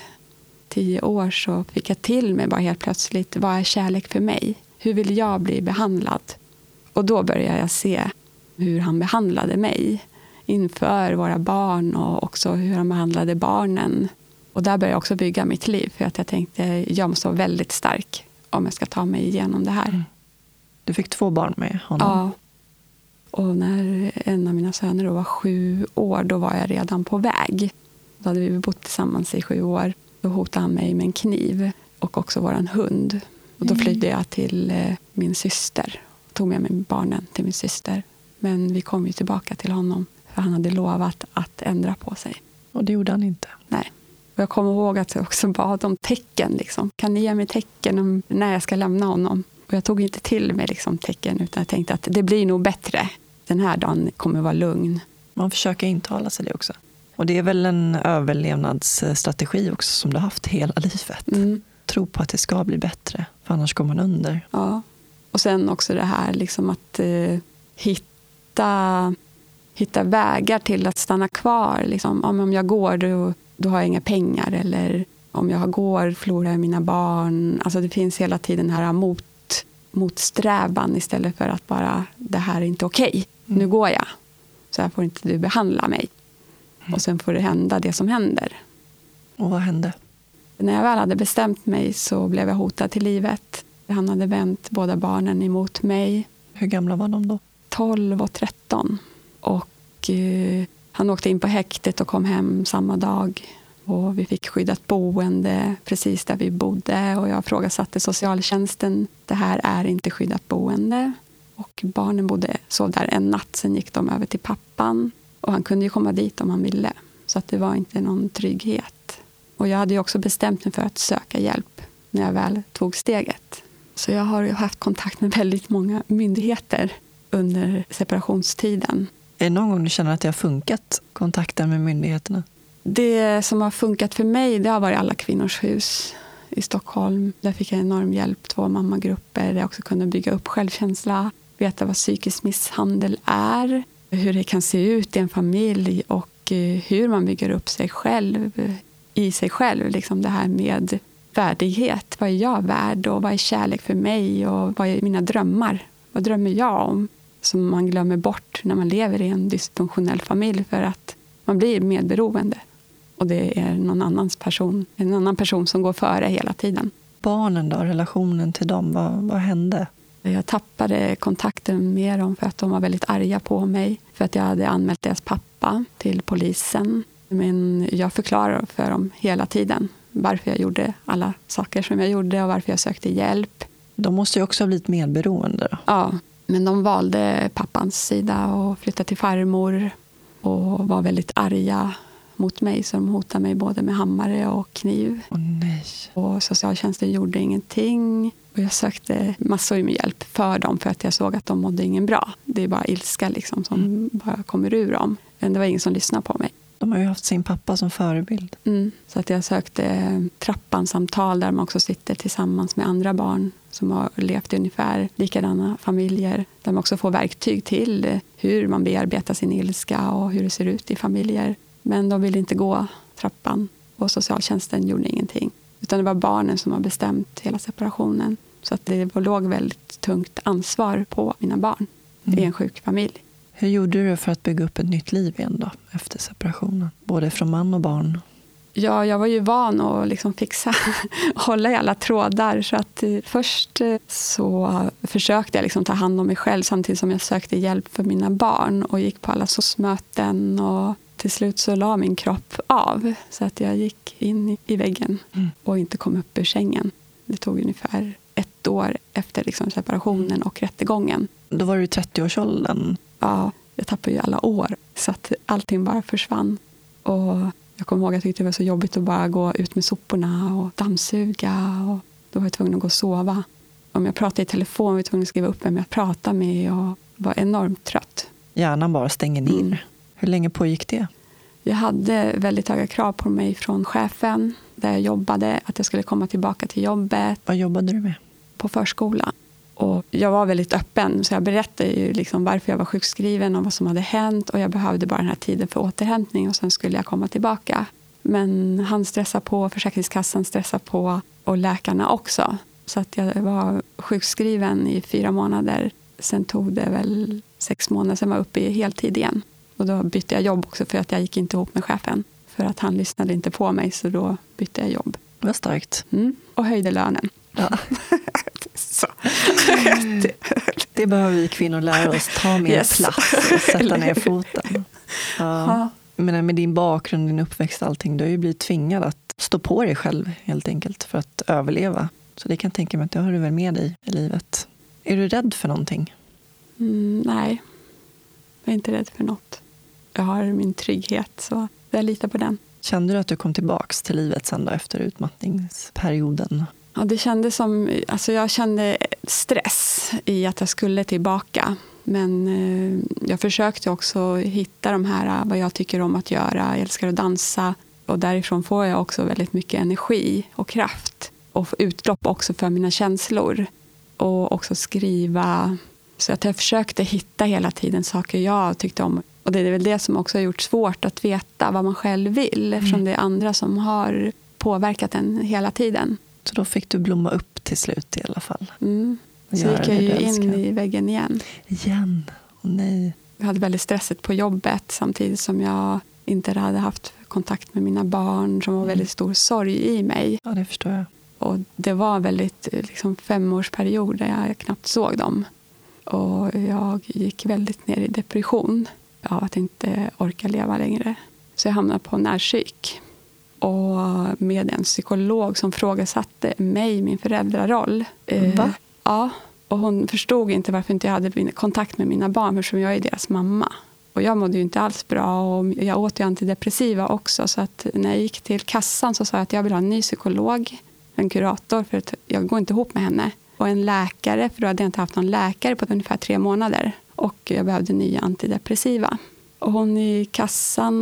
10 år så fick jag till mig bara helt plötsligt, vad är kärlek för mig? Hur vill jag bli behandlad? Och då började jag se hur han behandlade mig inför våra barn, och också hur han behandlade barnen. Och där började jag också bygga mitt liv, för att jag tänkte jag måste vara väldigt stark om jag ska ta mig igenom det här. Du fick 2 barn med honom? Ja. Och när en av mina söner då var 7 år, då var jag redan på väg. Då hade vi bott tillsammans i 7 år. Då hotade han mig med en kniv och också våran hund. Och då flydde jag till min syster. Tog med mig barnen till min syster. Men vi kom ju tillbaka till honom, för han hade lovat att ändra på sig. Och det gjorde han inte? Nej. Och jag kommer ihåg att jag också bad om tecken. Liksom. Kan ni ge mig tecken om när jag ska lämna honom? Och jag tog inte till mig liksom tecken, utan jag tänkte att det blir nog bättre. Den här dagen kommer vara lugn. Man försöker intala sig det också. Och det är väl en överlevnadsstrategi också som du har haft hela livet. Tro på att det ska bli bättre, för annars går man under. Ja. Och sen också det här liksom att hitta vägar till att stanna kvar. Liksom. Om jag går då har jag inga pengar, eller om jag går förlorar jag mina barn. Alltså det finns hela tiden här motsträvan, istället för att bara, det här är inte okej. Nu går jag. Så här får inte du behandla mig. Och sen får det hända det som händer. Och vad hände? När jag väl hade bestämt mig så blev jag hotad till livet. Han hade vänt båda barnen emot mig. Hur gamla var de då? 12 och 13. Och han åkte in på häktet och kom hem samma dag. Och vi fick skyddat boende precis där vi bodde. Och jag frågasatte socialtjänsten. Det här är inte skyddat boende. Och barnen sov där en natt. Sen gick de över till pappan. Och han kunde ju komma dit om han ville. Så att det var inte någon trygghet. Och jag hade ju också bestämt mig för att söka hjälp när jag väl tog steget. Så jag har ju haft kontakt med väldigt många myndigheter under separationstiden. Är det någon gång du känner att det har funkat, kontakten med myndigheterna? Det som har funkat för mig, det har varit Alla kvinnors hus i Stockholm. Där fick jag enorm hjälp, 2 mammagrupper. Där jag också kunde bygga upp självkänsla, veta vad psykisk misshandel är, hur det kan se ut i en familj och hur man bygger upp sig själv i sig själv. Liksom det här med värdighet. Vad är jag värd och vad är kärlek för mig och vad är mina drömmar? Vad drömmer jag om? Som man glömmer bort när man lever i en dysfunktionell familj för att man blir medberoende. Och det är en annan person som går före hela tiden. Barnen då, relationen till dem, vad hände? Jag tappade kontakten med dem för att de var väldigt arga på mig. För att jag hade anmält deras pappa till polisen. Men jag förklarar för dem hela tiden varför jag gjorde alla saker som jag gjorde och varför jag sökte hjälp. De måste ju också ha blivit medberoende då. Ja, men de valde pappans sida och flyttade till farmor och var väldigt arga mot mig. Så de hotade mig både med hammare och kniv. Åh nej. Och socialtjänsten gjorde ingenting. Och jag sökte massor med hjälp för dem för att jag såg att de mådde ingen bra. Det är bara ilska liksom som bara kommer ur dem. Men det var ingen som lyssnade på mig. De har ju haft sin pappa som förebild. Så att jag sökte trappansamtal där man också sitter tillsammans med andra barn som har levt i ungefär likadana familjer. Där man också får verktyg till hur man bearbetar sin ilska och hur det ser ut i familjer. Men de ville inte gå trappan och socialtjänsten gjorde ingenting. Utan det var barnen som har bestämt hela separationen. Så att det låg väldigt tungt ansvar på mina barn i en sjuk familj. Hur gjorde du för att bygga upp ett nytt liv igen då, efter separationen? Både från man och barn. Ja, jag var ju van att liksom fixa, hålla i alla trådar. Så att först så försökte jag liksom ta hand om mig själv samtidigt som jag sökte hjälp för mina barn. Och gick på alla SOS-möten och till slut så la min kropp av. Så att jag gick in i väggen och inte kom upp ur sängen. Det tog ungefär 1 år efter liksom separationen och rättegången. Då var du i 30-årsåldern. Ja, jag tappade ju alla år. Så att allting bara försvann. Och jag kommer ihåg att jag tyckte det var så jobbigt att bara gå ut med soporna och dammsuga. Och då var jag tvungen att gå och sova. Om jag pratade i telefon var jag tvungen att skriva upp vem jag pratade med och var enormt trött. Hjärnan bara stänger ner. Hur länge pågick det? Jag hade väldigt höga krav på mig från chefen där jag jobbade. Att jag skulle komma tillbaka till jobbet. Vad jobbade du med? På förskolan. Och jag var väldigt öppen så jag berättade ju liksom varför jag var sjukskriven och vad som hade hänt. Och jag behövde bara den här tiden för återhämtning och sen skulle jag komma tillbaka. Men han stressade på, Försäkringskassan stressade på och läkarna också. Så att jag var sjukskriven i 4 månader. Sen tog det väl 6 månader, sen var jag uppe i heltid igen. Och då bytte jag jobb också för att jag gick inte ihop med chefen. För att han lyssnade inte på mig så då bytte jag jobb. Det var starkt. Och höjde lönen. Ja. Så. Det behöver vi kvinnor lära oss. Ta mer plats och sätta ner foten. Ja. Men med din bakgrund, din uppväxt och allting, du har ju blivit tvingad att stå på dig själv helt enkelt för att överleva. Så det kan jag tänka mig att det har du väl med dig i livet. Är du rädd för någonting? Nej, jag är inte rädd för något. Jag har min trygghet så jag litar på den. Kände du att du kom tillbaks till livet sen då efter utmattningsperioden? Ja, det kändes som, alltså jag kände stress i att jag skulle tillbaka. Men jag försökte också hitta de här, vad jag tycker om att göra. Jag älskar att dansa och därifrån får jag också väldigt mycket energi och kraft. Och utlopp också för mina känslor. Och också skriva. Så att jag försökte hitta hela tiden saker jag tyckte om. Och det är väl det som också har gjort svårt att veta vad man själv vill. Eftersom det är andra som har påverkat en hela tiden. Så då fick du blomma upp till slut i alla fall. Så gick jag ju in i väggen igen. Igen? Åh nej. Jag hade väldigt stressigt på jobbet samtidigt som jag inte hade haft kontakt med mina barn, som var väldigt stor sorg i mig. Ja, det förstår jag. Och det var en väldigt 5-årsperiod där jag knappt såg dem. Och jag gick väldigt ner i depression av att inte orka leva längre. Så jag hamnade på närpsyk. Och med en psykolog som frågasatte mig, min föräldraroll. Va? Ja, och hon förstod inte varför inte jag hade kontakt med mina barn, eftersom jag är deras mamma. Och jag mådde ju inte alls bra och jag åt ju antidepressiva också. Så att när jag gick till kassan så sa jag att jag vill ha en ny psykolog, en kurator, för att jag går inte ihop med henne. Och en läkare, för då hade jag inte haft någon läkare på ungefär 3 månader. Och jag behövde nya antidepressiva. Och hon i kassan,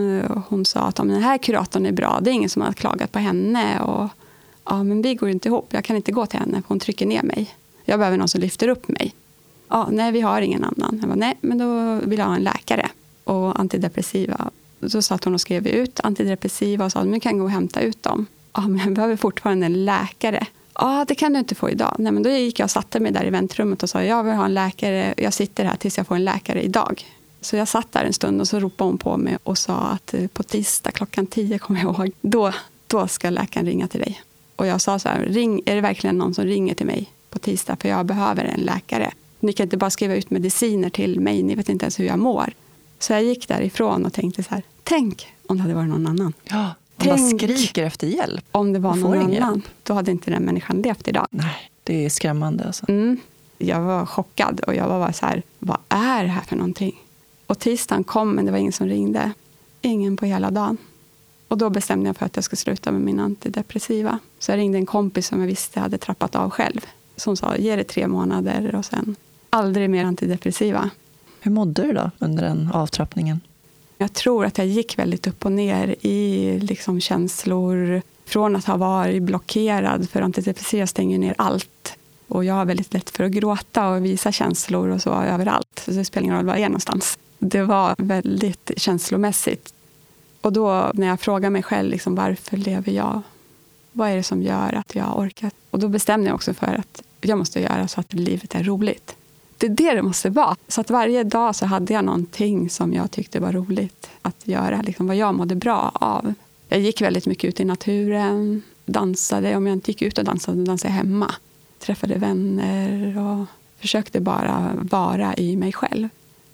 hon sa att den här kuratorn är bra, det är ingen som har klagat på henne. Och ja, men vi går inte ihop, jag kan inte gå till henne för hon trycker ner mig. Jag behöver någon som lyfter upp mig. Ja, nej, vi har ingen annan. Jag bara, nej, men då vill jag ha en läkare. Och antidepressiva. Så satt hon och skrev ut antidepressiva och sa att man kan gå och hämta ut dem. Ja, men jag behöver fortfarande en läkare. Ja, det kan du inte få idag. Nej, men då gick jag och satte mig där i väntrummet och sa, jag vill ha en läkare. Jag sitter här tills jag får en läkare idag. Så jag satt där en stund och så ropade hon på mig och sa att på tisdag 10:00 kommer jag ihåg. Då ska läkaren ringa till dig. Och jag sa så här, är det verkligen någon som ringer till mig på tisdag? För jag behöver en läkare. Ni kan inte bara skriva ut mediciner till mig. Ni vet inte ens hur jag mår. Så jag gick därifrån och tänkte så här, tänk om det hade varit någon annan. Ja, man bara skriker efter hjälp. Om det var någon annan, då hade inte den människan levt idag. Nej, det är skrämmande alltså. Jag var chockad och jag var bara så här, vad är det här för någonting? Och tisdagen kom, men det var ingen som ringde. Ingen på hela dagen. Och då bestämde jag för att jag skulle sluta med min antidepressiva. Så jag ringde en kompis som jag visste hade trappat av själv. Som sa, ge det 3 månader och sen aldrig mer antidepressiva. Hur mådde du då under den avtrappningen? Jag tror att jag gick väldigt upp och ner i känslor. Från att ha varit blockerad, för antidepressiva stänger ner allt. Och jag har väldigt lätt för att gråta och visa känslor och så överallt. Så det spelar ingen roll var jag är någonstans. Det var väldigt känslomässigt. Och då när jag frågar mig själv, varför lever jag? Vad är det som gör att jag orkar? Och då bestämde jag också för att jag måste göra så att livet är roligt. Det är det måste vara. Så att varje dag så hade jag någonting som jag tyckte var roligt att göra. Vad jag mådde bra av. Jag gick väldigt mycket ut i naturen. Dansade. Om jag inte gick ut och dansade jag hemma. Träffade vänner och försökte bara vara i mig själv.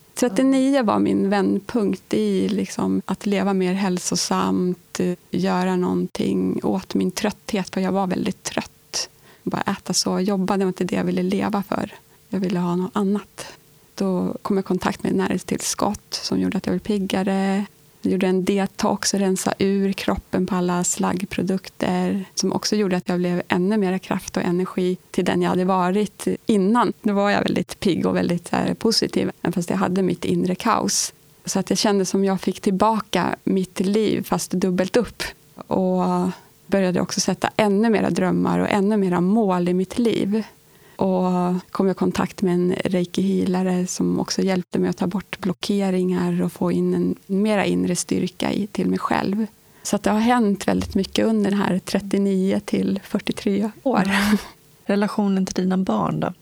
39 var min vändpunkt i att leva mer hälsosamt, göra någonting åt min trötthet, för jag var väldigt trött. Bara äta så, jobba, det var inte det jag ville leva för. Jag ville ha något annat. Då kom jag i kontakt med näringstillskott som gjorde att jag blev piggare. Jag gjorde en detox och rensa ur kroppen på alla slaggprodukter. Som också gjorde att jag blev ännu mer kraft och energi till den jag hade varit innan. Då var jag väldigt pigg och väldigt positiv. Fast jag hade mitt inre kaos. Så att jag kände som jag fick tillbaka mitt liv fast dubbelt upp. Och började också sätta ännu mera drömmar och ännu mera mål i mitt liv. Och kom i kontakt med en reiki-healare som också hjälpte mig att ta bort blockeringar och få in en mera inre styrka till mig själv. Så att det har hänt väldigt mycket under den här 39 till 43 år. Mm. Relationen till dina barn då?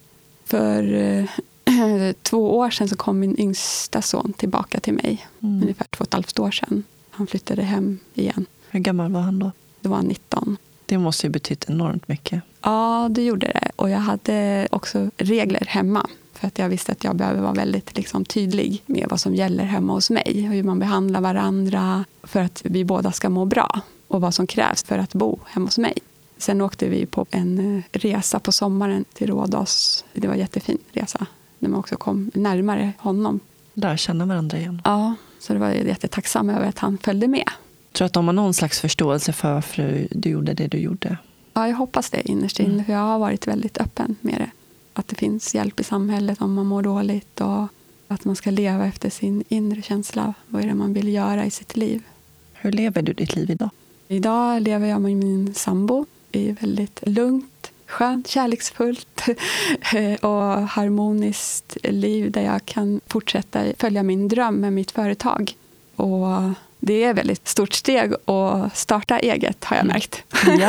För 2 år sedan så kom min yngsta son tillbaka till mig. Ungefär 2,5 år sedan. Han flyttade hem igen. Hur gammal var han då? Då var han 19. Det måste ju betytt enormt mycket. Ja, det gjorde det. Och jag hade också regler hemma. För att jag visste att jag behöver vara väldigt tydlig med vad som gäller hemma hos mig. Och hur man behandlar varandra för att vi båda ska må bra. Och vad som krävs för att bo hemma hos mig. Sen åkte vi på en resa på sommaren till Rhodos. Det var en jättefin resa. När man också kom närmare honom. Där känna varandra igen. Ja, så det var jag jättetacksam över att han följde med. Jag tror att de har någon slags förståelse för varför du gjorde det du gjorde. Ja, jag hoppas det innerst inne. För jag har varit väldigt öppen med det. Att det finns hjälp i samhället om man mår dåligt. Och att man ska leva efter sin inre känsla. Vad är det man vill göra i sitt liv? Hur lever du ditt liv idag? Idag lever jag med min sambo. Det är väldigt lugnt, skönt, kärleksfullt och harmoniskt liv. Där jag kan fortsätta följa min dröm med mitt företag. Och Det är ett väldigt stort steg att starta eget, har jag märkt. Ja.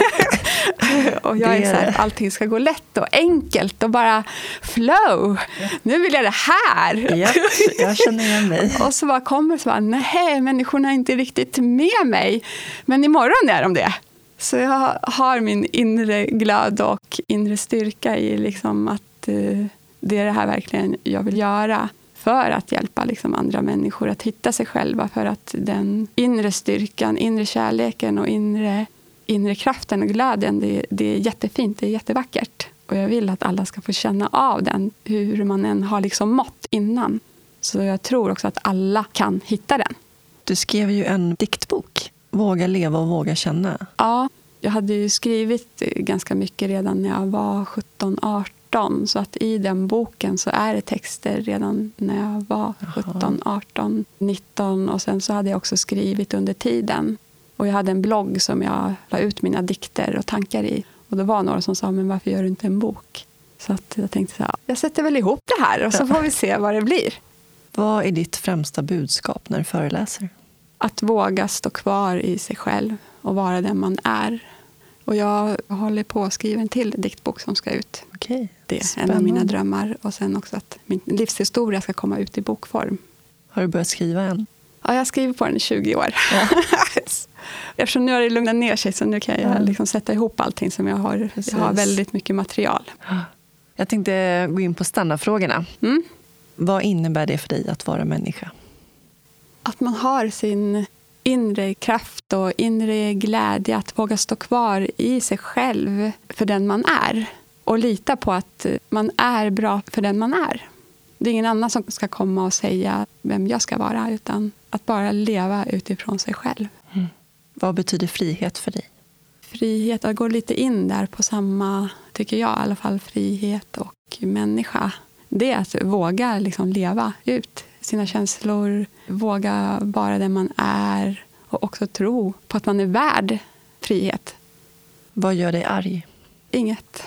Och jag är så här, allting ska gå lätt och enkelt och bara flow. Nu vill jag det här. Ja, jag känner igen mig. Och så bara kommer så bara, nej, människorna är inte riktigt med mig. Men imorgon är de det. Så jag har min inre glöd och inre styrka i liksom att det är det här verkligen jag vill göra. För att hjälpa liksom andra människor att hitta sig själva. För att den inre styrkan, inre kärleken och inre kraften och glöden, det är jättefint, det är jättevackert. Och jag vill att alla ska få känna av den, hur man än har liksom mått innan. Så jag tror också att alla kan hitta den. Du skrev ju en diktbok, Våga leva och våga känna. Ja, jag hade ju skrivit ganska mycket redan när jag var 17-18. Så att i den boken så är det texter redan när jag var 17, 18, 19. Och sen så hade jag också skrivit under tiden. Och jag hade en blogg som jag la ut mina dikter och tankar i. Och då var några som sa, men varför gör du inte en bok? Så att jag tänkte så här, jag sätter väl ihop det här och så får vi se vad det blir. Vad är ditt främsta budskap när du föreläser? Att våga stå kvar i sig själv och vara den man är. Och jag håller på att skriva en till diktbok som ska ut. Okej. Det är en av mina drömmar. Och sen också att min livshistoria ska komma ut i bokform. Har du börjat skriva än? Ja, jag skriver på den i 20 år. Ja. Eftersom nu har det lugnat ner sig så nu kan jag liksom sätta ihop allting som jag har. Precis. Jag har väldigt mycket material. Jag tänkte gå in på standardfrågorna. Vad innebär det för dig att vara människa? Att man har sin inre kraft och inre glädje att våga stå kvar i sig själv för den man är. Och lita på att man är bra för den man är. Det är ingen annan som ska komma och säga vem jag ska vara, utan att bara leva utifrån sig själv. Vad betyder frihet för dig? Frihet, att gå lite in där på samma, tycker jag i alla fall, frihet och människa. Det är att våga liksom leva ut sina känslor, våga vara den man är och också tro på att man är värd frihet. Vad gör dig arg? Inget.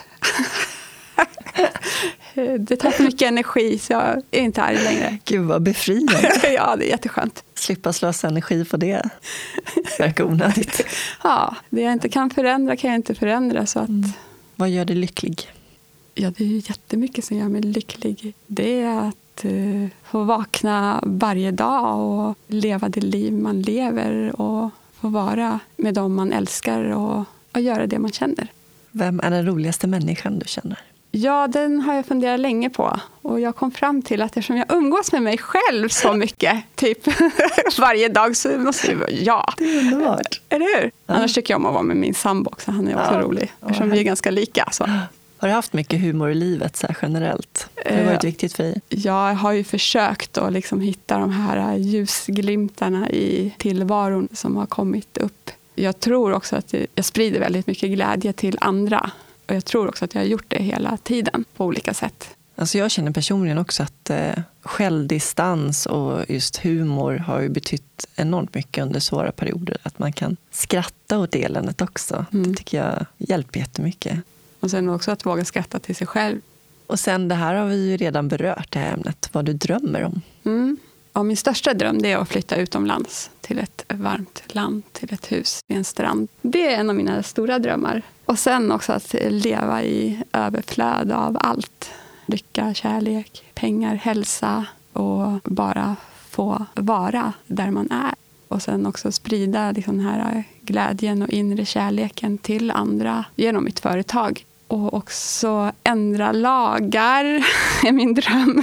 Det tar för mycket energi så jag är inte arg längre. Gud vad befriande. Ja, det är jätteskönt. Slippa slösa energi på det. Verkar onödigt. Ja, det jag inte kan förändra kan jag inte förändra. Så att... Vad gör dig lycklig? Ja, det är ju jättemycket som gör mig lycklig. Det är att få vakna varje dag och leva det liv man lever och få vara med dem man älskar och göra det man känner. Vem är den roligaste människan du känner? Ja, den har jag funderat länge på. Och jag kom fram till att eftersom jag umgås med mig själv så mycket, typ varje dag, så måste det vara jag. Det är underbart. Eller hur? Ja. Annars tycker jag om att vara med min sambo också. Han är också rolig. Eftersom vi är ganska lika. Så. Har du haft mycket humor i livet så här generellt? Har det varit viktigt för dig? Jag har ju försökt att liksom hitta de här ljusglimtarna i tillvaron som har kommit upp. Jag tror också att jag sprider väldigt mycket glädje till andra. Och jag tror också att jag har gjort det hela tiden på olika sätt. Alltså jag känner personligen också att självdistans och just humor har ju betytt enormt mycket under svåra perioder. Att man kan skratta åt eländet också. Det tycker jag hjälper jättemycket. Och sen också att våga skratta till sig själv. Och sen det här har vi ju redan berört, det här ämnet. Vad du drömmer om. Ja, min största dröm det är att flytta utomlands till ett varmt land, till ett hus vid en strand. Det är en av mina stora drömmar. Och sen också att leva i överflöd av allt. Lycka, kärlek, pengar, hälsa och bara få vara där man är. Och sen också sprida liksom den här glädjen och inre kärleken till andra genom mitt företag. Och också ändra lagar är min dröm.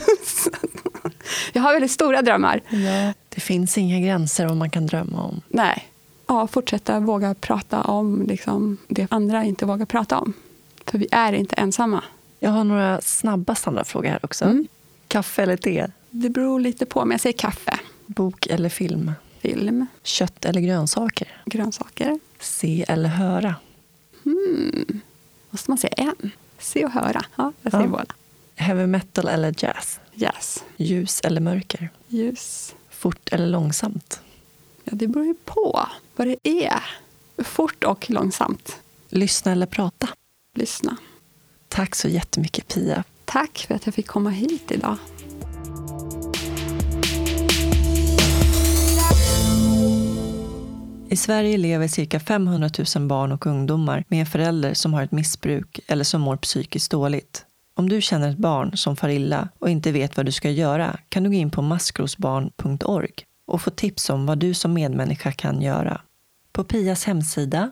Jag har väldigt stora drömmar. Ja, det finns inga gränser vad man kan drömma om. Nej. Ja, fortsätta våga prata om liksom, det andra inte vågar prata om. För vi är inte ensamma. Jag har några snabba standardfrågor här också. Kaffe eller te? Det beror lite på, men jag säger kaffe. Bok eller film? Film. Kött eller grönsaker? Grönsaker. Se eller höra? Måste man säga en? Se och höra. Ja, jag säger båda. Heavy metal eller jazz? Jazz. Ljus eller mörker? Ljus. Fort eller långsamt? Ja, det beror ju på vad det är. Fort och långsamt. Lyssna eller prata? Lyssna. Tack så jättemycket, Pia. Tack för att jag fick komma hit idag. I Sverige lever cirka 500 000 barn och ungdomar med en förälder som har ett missbruk eller som mår psykiskt dåligt. Om du känner ett barn som far illa och inte vet vad du ska göra kan du gå in på maskrosbarn.org och få tips om vad du som medmänniska kan göra. På Pias hemsida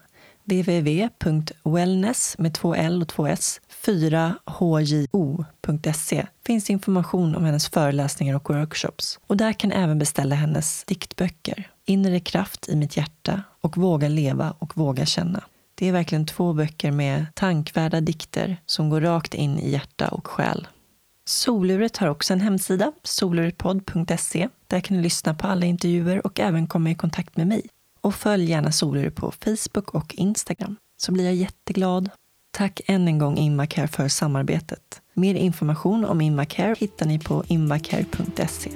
www.wellness4hjo.se finns information om hennes föreläsningar och workshops. Och där kan även beställa hennes diktböcker. Inre kraft i mitt hjärta och Våga leva och våga känna. Det är verkligen 2 böcker med tankvärda dikter som går rakt in i hjärta och själ. Soluret har också en hemsida, soluretpodd.se. Där kan du lyssna på alla intervjuer och även komma i kontakt med mig. Och följ gärna Soluret på Facebook och Instagram, så blir jag jätteglad. Tack än en gång Invacare för samarbetet. Mer information om Invacare hittar ni på invacare.se.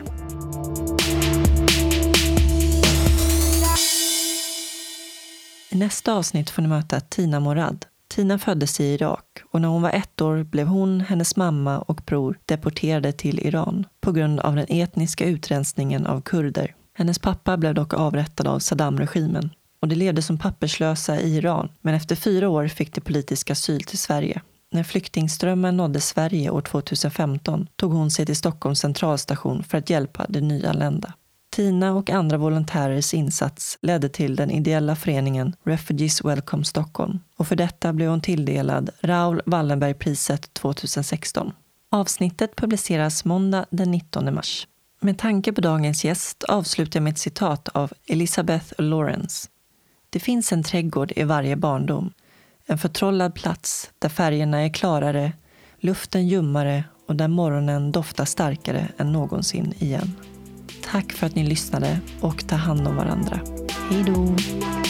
I nästa avsnitt får ni möta Tina Morad. Tina föddes i Irak och när hon var 1 år blev hon, hennes mamma och bror deporterade till Iran på grund av den etniska utrensningen av kurder. Hennes pappa blev dock avrättad av Saddam-regimen och de levde som papperslösa i Iran, men efter 4 år fick de politisk asyl till Sverige. När flyktingströmmen nådde Sverige år 2015 tog hon sig till Stockholms centralstation för att hjälpa de nyanlända. Tina och andra volontärers insats ledde till den ideella föreningen Refugees Welcome Stockholm och för detta blev hon tilldelad Raoul Wallenberg-priset 2016. Avsnittet publiceras måndag den 19 mars. Med tanke på dagens gäst avslutar jag med ett citat av Elizabeth Lawrence. Det finns en trädgård i varje barndom. En förtrollad plats där färgerna är klarare, luften ljummare och där morgonen doftar starkare än någonsin igen. Tack för att ni lyssnade och ta hand om varandra. Hej då!